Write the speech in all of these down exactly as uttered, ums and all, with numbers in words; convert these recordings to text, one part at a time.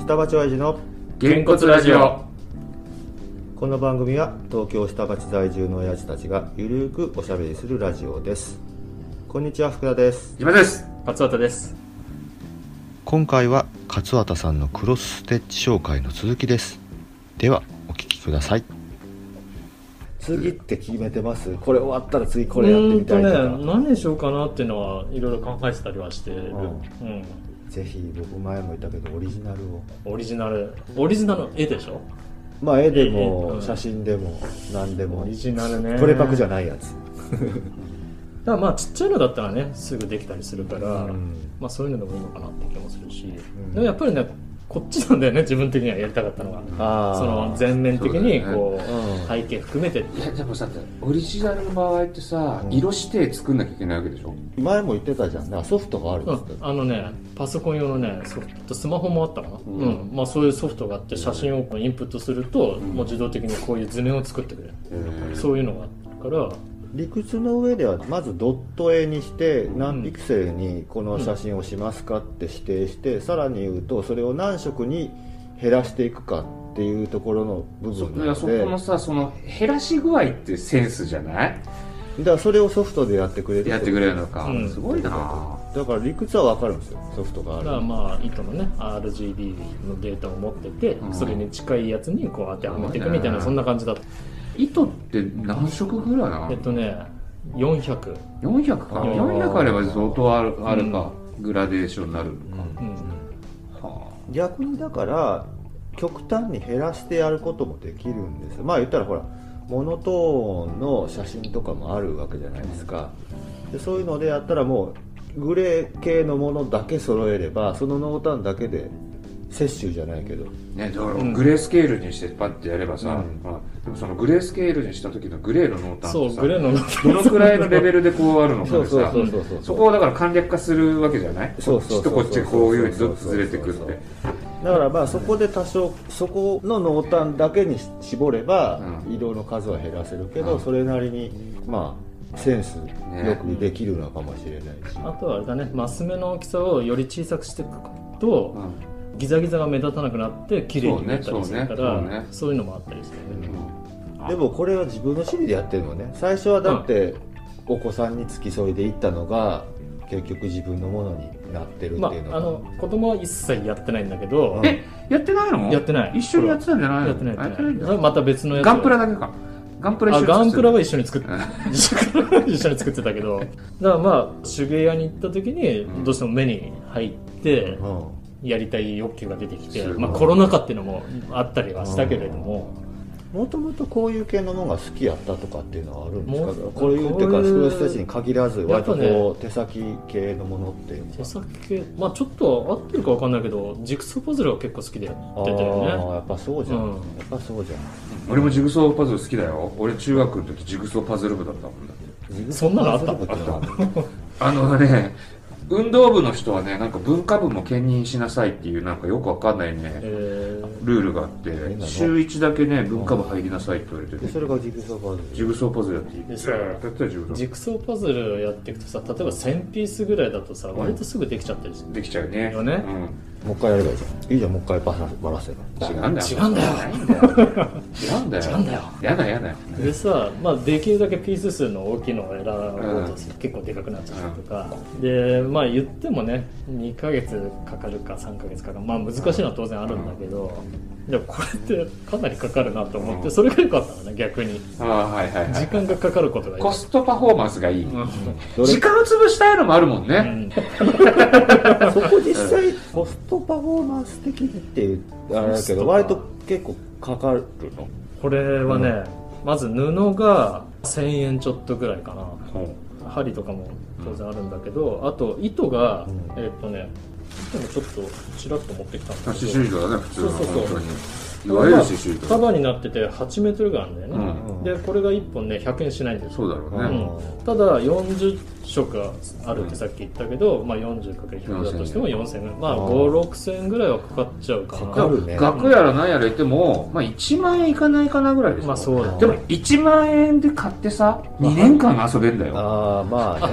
下町親父のげんこつラジオ。 この番組は東京下町在住の親父たちがゆるくおしゃべりするラジオです。こんにちは、福田です。 今です。 勝畑です。 今回は勝畑さんのクロスステッチ紹介の続きです。ではお聞きください。次って決めてます？これ終わったら次これやってみたいとか。 うーんとね、何にしようかなっていうのはいろいろ考えてたりはしてる、 うんうん、 ぜひ僕前も言ったけどオリジナルをオリジナルオリジナルの絵でしょ。 まあ絵でもうん写真でも何でもオリジナルね。 トレパクじゃないやつだからまあちっちゃいのだったらねすぐできたりするから、うん、まあそういうのでもいいのかなって気もするし、うん、でもやっぱりねこっちなんだよね、自分的にはやりたかったのが、あその全面的にこう、ね、うん、背景含めて。 いやでもさ、オリジナルの場合ってさ、うん、色指定作んなきゃいけないわけでしょ。 前も言ってたじゃん、ソフトがあるんです、うん、あのねパソコン用のねソフト、スマホもあったかな、うんうん、まあそういうソフトがあって写真をインプットすると、うん、もう自動的にこういう図面を作ってくれる、うん、そういうのがあるから。 理屈の上ではまずドット絵にして何ピクセルにこの写真をしますかって指定して、うん、さらに言うとそれを何色に減らしていくかっていうところの部分なので、 そこのさ、その減らし具合ってセンスじゃない？ だからそれをソフトでやってくれるやってくれるのか、うん、すごいな。 だから理屈は分かるんですよ、ソフトがある。 だからまあ糸のね アールジービー のデータを持ってて、うん、それに近いやつにこう当てはめていくみたいな、そんな感じだった。 糸って何色ぐらいなの？ えっとねよんひゃく。 よんひゃくか。よんひゃくあれば相当ある、あるか、うん、グラデーションになるのか、うんうんはあ、逆にだから極端に減らしてやることもできるんですよ。まあ言ったらほらモノトーンの写真とかもあるわけじゃないですか。でそういうのでやったらもうグレー系のものだけ揃えればその濃淡だけで摂取じゃないけどね、だからグレースケールにしてパッてやればさ、うん、まあ、でもそのグレースケールにした時のグレーの濃淡とさ、 どのくらいのレベルでこうあるのかでさ、そこをだから簡略化するわけじゃない？こっちとこっちこういうふうにずっとずれてくって。 だからまあそこで多少そこの濃淡だけに絞れば色の数は減らせるけど、うん、それなりにまあセンスよくできるのかもしれないし、ね、 あとはあれだね、マス目の大きさをより小さくしていくと、うん、ギザギザが目立たなくなって綺麗に見えたりするから、そうね、そうね、そういうのもあったりするね、 うん、でもこれは自分の趣味でやってるのね。最初はだってお子さんに付き添いで行ったのが結局自分のものになってるっていうのが、 まあ、あの子供は一切やってないんだけど、 うん、えやってないの？ やってない。 一緒にやってたんじゃないの？ やってない、やってない。それまた別のやつ。 ガンプラだけか。ガンプラ一緒に作ってあ、ガンプラは一緒に作って一緒に作ってたけど、だからまあ手芸屋に行った時にどうしても目に入ってやりたい欲求が出てきて、まあコロナ禍っていうのもあったりはしたけれども、 もともとこういう系のものが好きやったとかっていうのはあるんですか？こういうっていうかクロスステッチに限らず割とこう手先系のものっていうのは手先系、まあちょっと合ってるか分かんないけどジグソーパズルは結構好きでやってたよね。 ああやっぱそうじゃん、うん、やっぱそうじゃん。 俺もジグソーパズル好きだよ。俺中学の時ジグソーパズル部だったもんだって。 そんなのあった？ あったあのね運動部の人はねなんか文化部も兼任しなさいっていうなんかよくわかんないね、えー、ルールがあって週いちだけね文化部入りなさいって言われてて、 でそれがジグソーパズルジグソーパズルやっていいでさ、 ジグソーパズルやっていくとさ、例えばせんピースぐらいだとさ、うん、割とすぐできちゃったりする。 できちゃうねよね、 うん、もう一回やればいいじゃん。いいじゃん、もう一回バラせば。 違うんだよ違うんだよ違うんだよ違うんだよやだやだ。 でさ、まあ、できるだけピース数の大きいのを選ぼうとすると結構でかくなっちゃったとか、うん、でまあ言ってもねにかげつかかるかさんかげつかかる、まあ難しいのは当然あるんだけど、うん、でもこれってかなりかかるなと思って、うん、それが良かったのね逆に。 あ、はいはいはい、 時間がかかることがいい。 コストパフォーマンスがいい、うん、時間を潰したいのもあるもんね、うん、 そこ実際コストパフォーマンス的にっていうあれだけど割と結構かかるの。 これはね、うん、まず布がせんえんちょっとぐらいかな、うん、針とかも当然あるんだけど、うん、あと糸が、うん、えー、っとね糸もちょっとちらっと持ってきたんだけど、 刺繍糸だね普通の。 そうそうそう、 いわゆる刺繍糸、 束になっててはちメートルぐらいあるんだよね、 うん、 でこれがいっぽんねひゃくえんしないんですよ。 そうだろうね、 うん、ただよんじゅっしょくあるってさっき言ったけど、うん、まあ よんじゅうかけるひゃく だとしてもよんせんえん、まあご、ろくせんえんぐらいはかかっちゃうかな。 かかるね。 額やら何やら言っても、まあ、いちまんえんいかないかなぐらいでしょ。 まあそうだね。 でもいちまんえんで買ってさにねんかん遊べんだよ。 ああまあね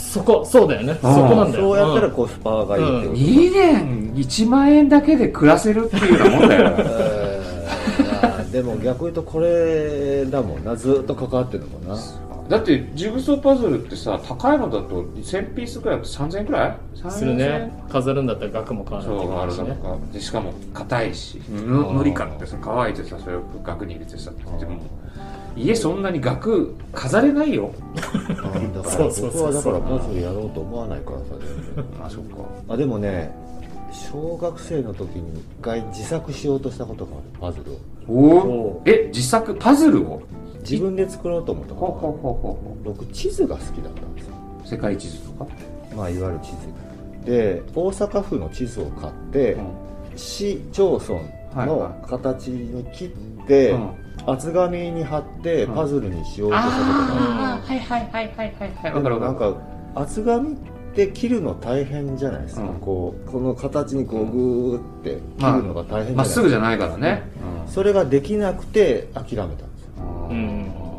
そこそうだよね、そこなんだよ。 そうやったらコスパがいいってこと、うん、 にねんいちまんえんだけで暮らせるっていうようなもんだよ、 えー、でも逆に言うとこれだもんな、ずっと関わってるのもんな。 だってジグソーパズルってさ、高いのだとせんピースくらいだとさんぜんえんくらいするね。飾るんだったら額も変わらない、 そうあるだとかで、しかも硬いし、のり買ってさ、乾いてさ、それを額に入れてさ、でも家そんなに額飾れないよ。 だから僕はだからパズルやろうと思わないからさ、全然。 あ、そっか。 あ、でもね、小学生の時に一回自作しようとしたことがある、パズルを。 おお。え、自作パズルを自分で作ろうと思ったから。 ほうほうほうほう。 僕地図が好きだったんですよ。 世界地図とか、 まあいわゆる地図で、大阪府の地図を買って、うん、市町村の形に切って、はいはい、厚紙に貼ってパズルにしようとしたことがある。はいはいはいはいはいはい。 でもなんか厚紙って切るの大変じゃないですか、うん、こうこの形にこうグーって切るのが大変じゃないですか、 まっすぐじゃないからね、 うん、それができなくて諦めたんですよ、うん、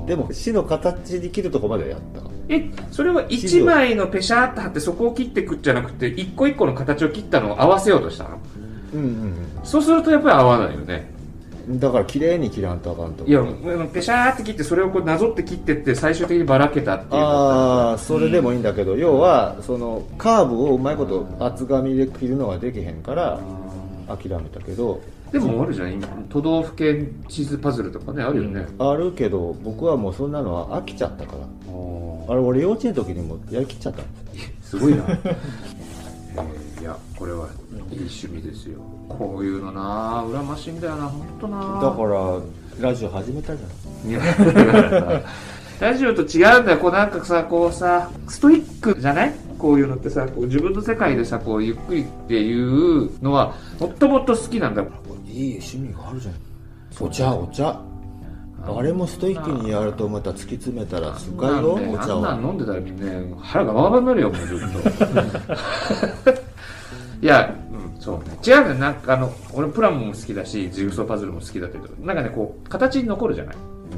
でも市の形に切るとこまでやった。 え、それはいちまいのペシャーって貼ってそこを切っていくんじゃなくて、一個一個の形を切ったのを合わせようとしたの？ うんうんうん。 そうするとやっぱり合わないよね。 だから綺麗に切らんとあかんと。 いや、ペシャーって切ってそれをこうなぞって切ってって最終的にばらけたっていう。 ああ、それでもいいんだけど、うん、要はそのカーブをうまいこと厚紙で切るのができへんから諦めたけど。 でもあるじゃん、都道府県地図パズルとかね、あるよね、 うん、あるけど僕はもうそんなのは飽きちゃったから。あれ俺幼稚園の時にもやりきっちゃったんですよ。すごいな。えー、いやこれはいい趣味ですよ。こういうのな羨ましいんだよな、本当な。 だからラジオ始めたじゃん。いやラジオと違うんだよ。こうなんかさ、こうさストイックじゃない？こういうのってさ、こう自分の世界でさ、こうゆっくりっていうのはもっともっと好きなんだ。 いい趣味があるじゃん。お茶お茶。あれもストイックにやるとまた突き詰めたらすごいよ、お茶を。 あんなん飲んでたらね、腹がバカバカになるよ、もうずっと。いや、うん、そうね。違うんだよ。なんかあの、俺プラモも好きだし、ジグソーパズルも好きだけど、なんかね、こう、形に残るじゃない。うん、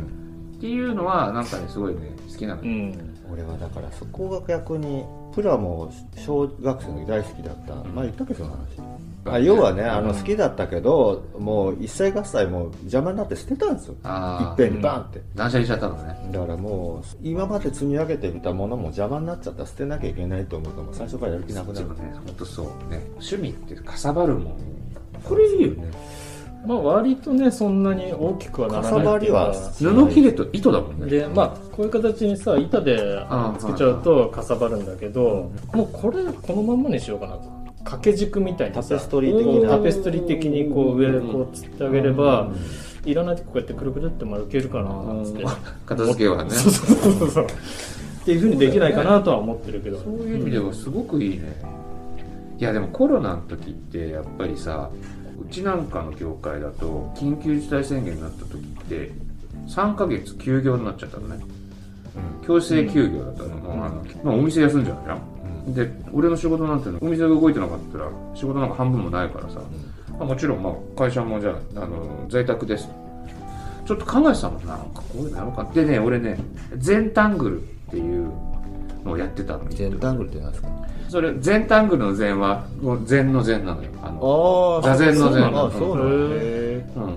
っていうのは、なんかね、すごいね、好きなの、うん。 俺はだからそこが逆に、プラモ小学生の時大好きだった。まあ言ったけどその話。あ、要はね、あの好きだったけど、もう一切合切もう邪魔になって捨てたんですよ。いっぺんにバンって。 断捨離しちゃったのね。 だからもう今まで積み上げていたものも邪魔になっちゃったら捨てなきゃいけないと思うともう最初からやる気なくなる。 ね、本当そうね。趣味ってかさばるもん。これいいよね。 まあ割とねそんなに大きくはならない。かさばりは布切れと糸だもんね。 でまあこういう形にさ板でつけちゃうとかさばるんだけど、もうこれこのまんまにしようかなと。掛け軸みたいにタペストリー的なタペストリー的にこう上でこうつってあげれば、いらないとこうやってくるくるって丸けるかなっつって片付けはね。 そうそうそうそう。っていう風にできないかなとは思ってるけど。 そういう意味ではすごくいいね。いやでもコロナの時ってやっぱりさ。うちなんかの業界だと緊急事態宣言になった時ってさんかげつ休業になっちゃったのね、うん、強制休業だったの、うん、あのまあ、お店休んじゃうじゃん、うん、で俺の仕事なんていうのお店が動いてなかったら仕事なんか半分もないからさ、うんまあ、もちろんまあ会社もじゃあ、あの在宅ですちょっと考えてたのなんかこういうのやろうかでね俺ねゼンタングルっていうのをやってたの。 ゼンタングルって何ですか？ それゼンタングルのゼンはゼンのゼンなのよ。あの座禅のゼンなの。 そうなんだ。うん。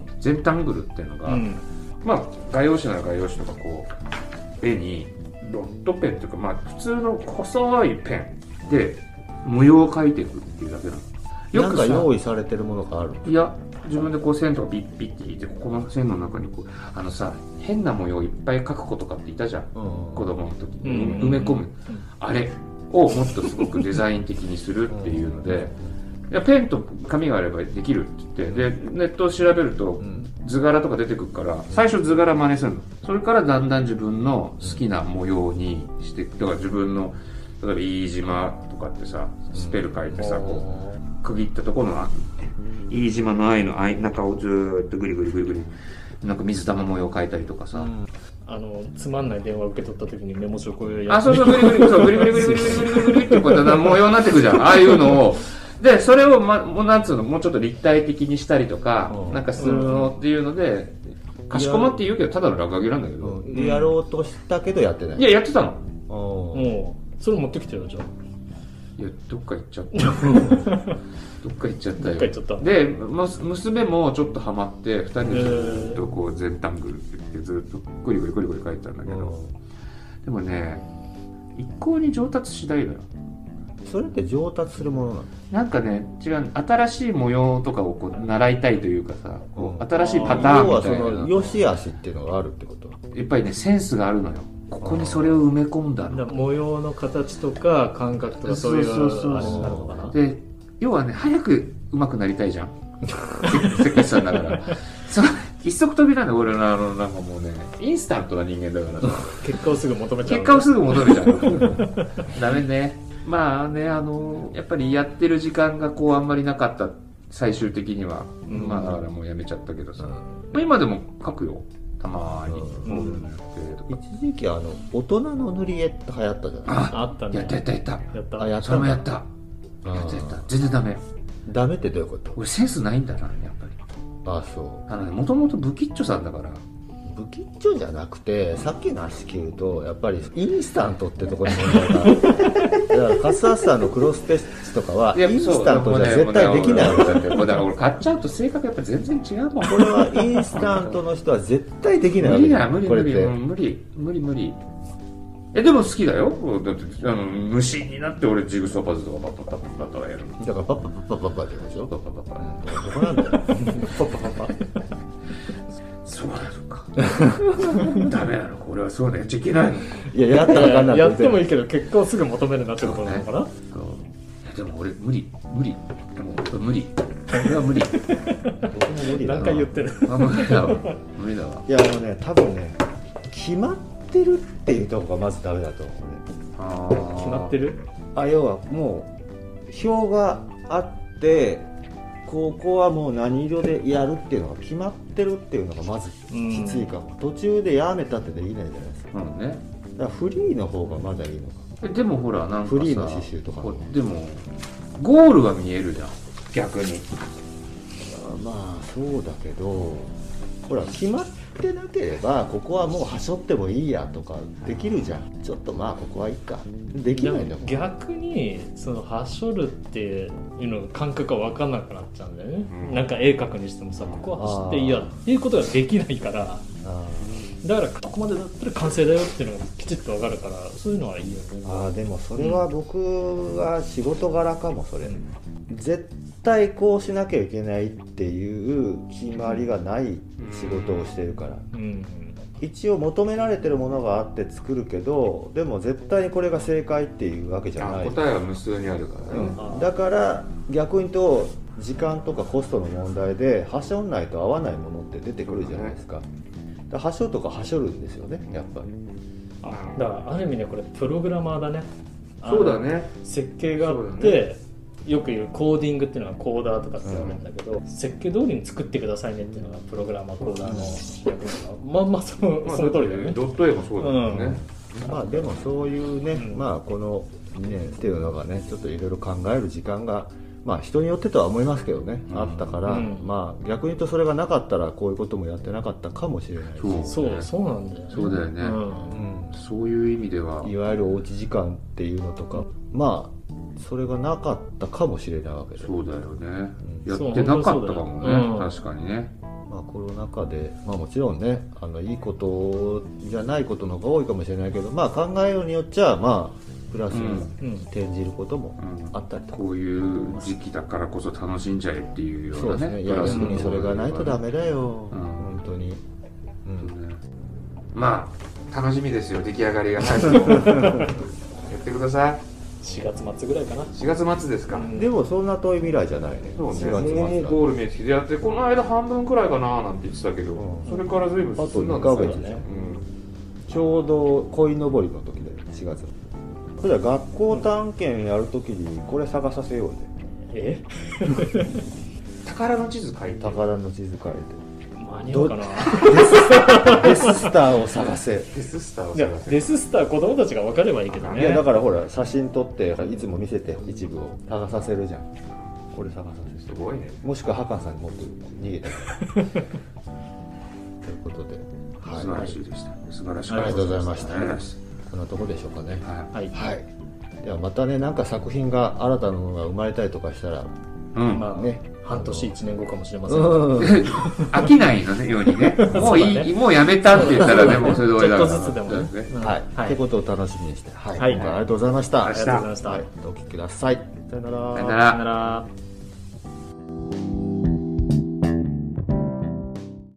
ゼンタングルっていうのが、うん、まあ画用紙なら画用紙とかこう絵にドットペンというかまあ普通の細いペンで模様を描いていくっていうだけなの。 よくなんか用意されてるものがある？ いや自分でこう線とかピッピッて引いてここの線の中にこうあのさ変な模様いっぱい描く子とかっていたじゃん、うん、子供の時に埋め込む、うん、あれをもっとすごくデザイン的にするっていうのでいやペンと紙があればできるって言ってでネットを調べると図柄とか出てくるから最初図柄真似するの。それからだんだん自分の好きな模様にしてだから自分の例えば飯島とかってさスペル書いてさこう区切ったところの飯島の愛の愛中をずーっとグリグリグリグリなんか水玉模様描いたりとかさ、うん、 あのつまんない電話受け取った時にメモ帳こういうやつあそうそうグリグリそうグリグリグリグリグリグリグリってこうやって模様になってくじゃんああいうのをでそれをまもうなんつうのもうちょっと立体的にしたりとか、うん、なんかするのっていうので、うん、かしこまって言うけどただの落書きなんだけど、 うん、やろうとしたけどやってない。 いややってたの。 もそれ持ってきてよ、じゃあ。 いやどっか行っちゃったどっか行っちゃったよ。 どっか行っちゃったでむ娘もちょっとハマってふたりでずっとこう全タングルって言ってずっとグリグリグリグリ書いてたんだけど、でもね一向に上達しないのよ。 それって上達するものなの？ なんかね違う、新しい模様とかをこう習いたいというかさ、こううん新しいパターンみたい要はそのな、 良し悪しっていうのがあるってこと？ やっぱりねセンスがあるのよ。ここにそれを埋め込んだの。 だから模様の形とか感覚とかそういうそうそうそうあれになるのかな。 で要はね早く上手くなりたいじゃん関口さんだからそう一足飛びなんだよ俺のあのなんかもうねインスタントな人間だからさ結果をすぐ求めちゃう。 結果をすぐ戻るじゃんダメね。まあねあのやっぱりやってる時間がこうあんまりなかった最終的には、うん、まあだからもうやめちゃったけどさ、うん、今でも書くよたまーに、うんうん、 一時期あの大人の塗り絵って流行ったじゃない？ ああったね。 やったやったやったやったあやったそれもやったやったやった全然ダメ。 ダメってどういうこと？ 俺センスないんだなやっぱり。 あそうあのねもともとブキッチョさんだから。 ブキッチョじゃなくてさっきの足球とやっぱりインスタントってところに問題があるだからカスアスさんのクロステストとかはインスタントじゃ絶対できないわけだって。 だから俺買っちゃうと性格やっぱ全然違うもん。 これはインスタントの人は絶対できないわ無理だけだ無理無理無理無理無理。えでも好きだよ。だってあの無心になって俺ジグソーパズルとかパッパッパッパッパッパッやる。 だからパッパパッパッパッパって言うでしょ。 パッパッパッパどこなんだよパッパパッパそうなのかダメなのこれはそうだやっちゃいけないの。 いややったらあかんなやってもいいけど結果をすぐ求めるなってことなのかな。 そうね、そうでも俺無理無理でも無理俺は無理僕も無理だな。 何回言ってるあ無理だわ無理だわ。 いやあのね多分ね決まってるっていうところがまずダメだと思うね。 あ決まってる。 あ要はもう表があってここはもう何色でやるっていうのが決まってるっていうのがまずきついかも。途中でやめたってできないじゃないですか。 うんね。 だからフリーの方がまだいいのか。 えでもほらなんかさフリーの刺繍とかこでもゴールが見えるじゃん逆に。 まあそうだけどほら決まってなければここはもうはしょってもいいやとかできるじゃん。ちょっとまあここはいいかできないんだもん。 逆にそのはしょるっていうのが感覚が分かんなくなっちゃうんだよね、うん、なんか絵描くにしてもさここは走っていいやっていうことができないからあだからここまでだったら完成だよっていうのがきちっと分かるからそういうのはいいよね。 あでもそれは僕は仕事柄かも。それ、うん、絶対こうしなきゃいけないっていう決まりがない仕事をしてるから、うん、一応求められてるものがあって作るけどでも絶対にこれが正解っていうわけじゃない。 答えは無数にあるからね、 うん、だから逆に言うと時間とかコストの問題ではしょんないと合わないものって出てくるじゃないですか。だからはしょとかはしょるんですよねやっぱり。 あだからある意味ねこれプログラマーだね。 そうだね。 設計があって、ね、よく言うコーディングっていうのがコーダーとかって言われるんだけど、うん、設計通りに作ってくださいねっていうのがプログラマーコーダーの役なの。まあまあその、まあ、その通りだよね。 ドット絵もそうだよね、 うん、まあでもそういうね、うん、まあこのにねんっていうのがねちょっといろいろ考える時間がまあ人によってとは思いますけどね、うん、あったから、うん、まあ逆に言うとそれがなかったらこういうこともやってなかったかもしれないし。 そうそうそうなんだよね。 そうだよね、うんうん、そういう意味ではいわゆるおうち時間っていうのとかまあそれがなかったかもしれないわけで。 そうだよね、うん、やってなかったかもね、うん、確かにね。 まあ、コロナ禍で、まあ、もちろんねあのいいことじゃないことの方が多いかもしれないけど、まあ、考えようによっちゃまあプラスに転じることもあったりとか、 うんうん、こういう時期だからこそ楽しんじゃえっていうようなね。 そうですね。いや逆にそれがないとダメだよ、うん、本当に、 うんね、まあ楽しみですよ出来上がりが早くやってください。 しがつ末ぐらいかな。 しがつ末ですか、うん、 でもそんな遠い未来じゃないね。 そうね、もうゴール見えてきてやってこの間半分くらいかななんて言ってたけど、うん、それから随分進んだんですよね、あとにかげつね、 うん、ちょうど鯉のぼりの時でしがつ。それは学校探検やる時にこれ探させようね。 え宝の地図書いて。 宝の地図書いて間に合うかな。 デススターを探せ。 デススターを探せ。 デススター子供たちが分かればいいけどね。 いやだからほら写真撮っていつも見せて一部を探させるじゃん。これ探させる。 すごいね。 もしくはハカンさんに持って逃げたということで、 はい、素晴らしいでした。素晴らしい。 ありがとうございました。こんなところでしょうかね。 はい。 はい。 いやまたねなんか作品が新たなものが生まれたりとかしたら、 うんまあね半年いちねんごかもしれません、 うん、 飽きないのねようにねもういい、ね、もうやめたって言ったらねもうそれで終わりだからちょっとずつでもね、うん、 はい、 はい、 ってことを楽しみにして、はい、 はい、 今回ありがとうございました。 ありがとうございました。 はい、お聞きください。さよなら。 さよならさよなら。